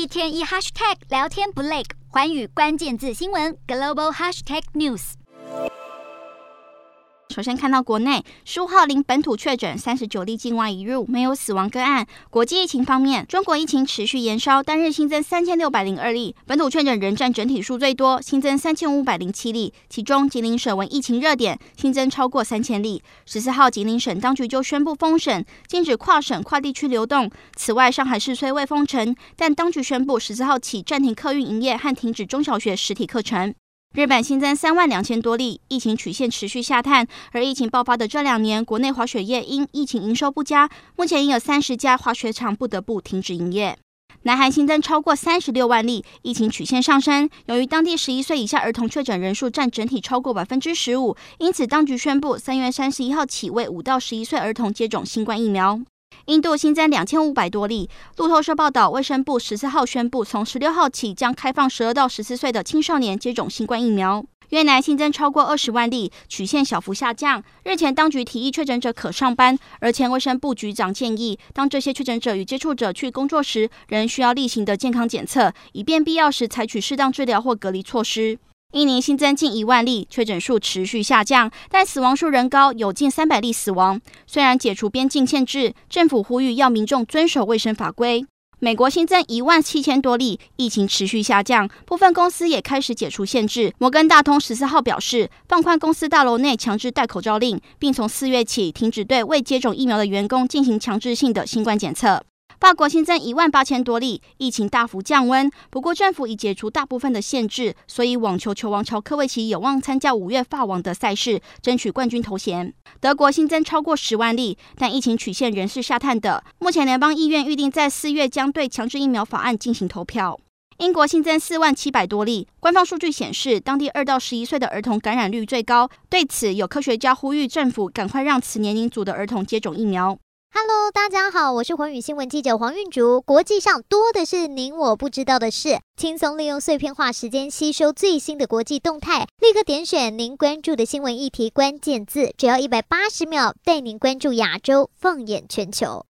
天一 hashtag 聊天不累，寰宇关键字新闻 global hashtag news。 首先看到国内15号零本土确诊39例境外移入，没有死亡个案。国际疫情方面，中国疫情持续延烧，单日新增3602例，本土确诊仍占整体数最多，新增3507例。其中吉林省为疫情热点，新增超过3000例。14号吉林省当局就宣布封省，禁止跨省跨地区流动。此外，上海市虽未封城，但当局宣布14号起暂停客运营业和停止中小学实体课程。日本新增32000多例，疫情曲线持续下探。而疫情爆发的这2年，国内滑雪业因疫情营收不佳，目前已有30家滑雪场不得不停止营业。南韩新增超过36万例，疫情曲线上升。由于当地11岁以下儿童确诊人数占整体超过15%，因此当局宣布3月31号起为5到11岁儿童接种新冠疫苗。印度新增2500多例。路透社报道，卫生部14号宣布，从16号起将开放12到14岁的青少年接种新冠疫苗。越南新增超过20万例，曲线小幅下降。日前当局提议确诊者可上班，而前卫生部局长建议，当这些确诊者与接触者去工作时，仍需要例行的健康检测，以便必要时采取适当治疗或隔离措施。印尼新增近1万例，确诊数持续下降，但死亡数仍高，有近300例死亡。虽然解除边境限制，政府呼吁要民众遵守卫生法规。美国新增17000多例，疫情持续下降，部分公司也开始解除限制。摩根大通14号表示，放宽公司大楼内强制戴口罩令，并从4月起停止对未接种疫苗的员工进行强制性的新冠检测。法国新增18000多例，疫情大幅降温，不过政府已解除大部分的限制，所以网球球王乔科维奇有望参加5月法网的赛事，争取冠军头衔。德国新增超过10万例，但疫情曲线仍是下探的。目前联邦议院预定在4月将对强制疫苗法案进行投票。英国新增4700多例，官方数据显示，当地2到11岁的儿童感染率最高。对此，有科学家呼吁政府赶快让此年龄组的儿童接种疫苗。 Hello， 大家好，我是寰宇新闻记者黄韵竹。国际上多的是您我不知道的事，轻松利用碎片化时间吸收最新的国际动态，立刻点选您关注的新闻议题关键字，只要180秒，带您关注亚洲，放眼全球。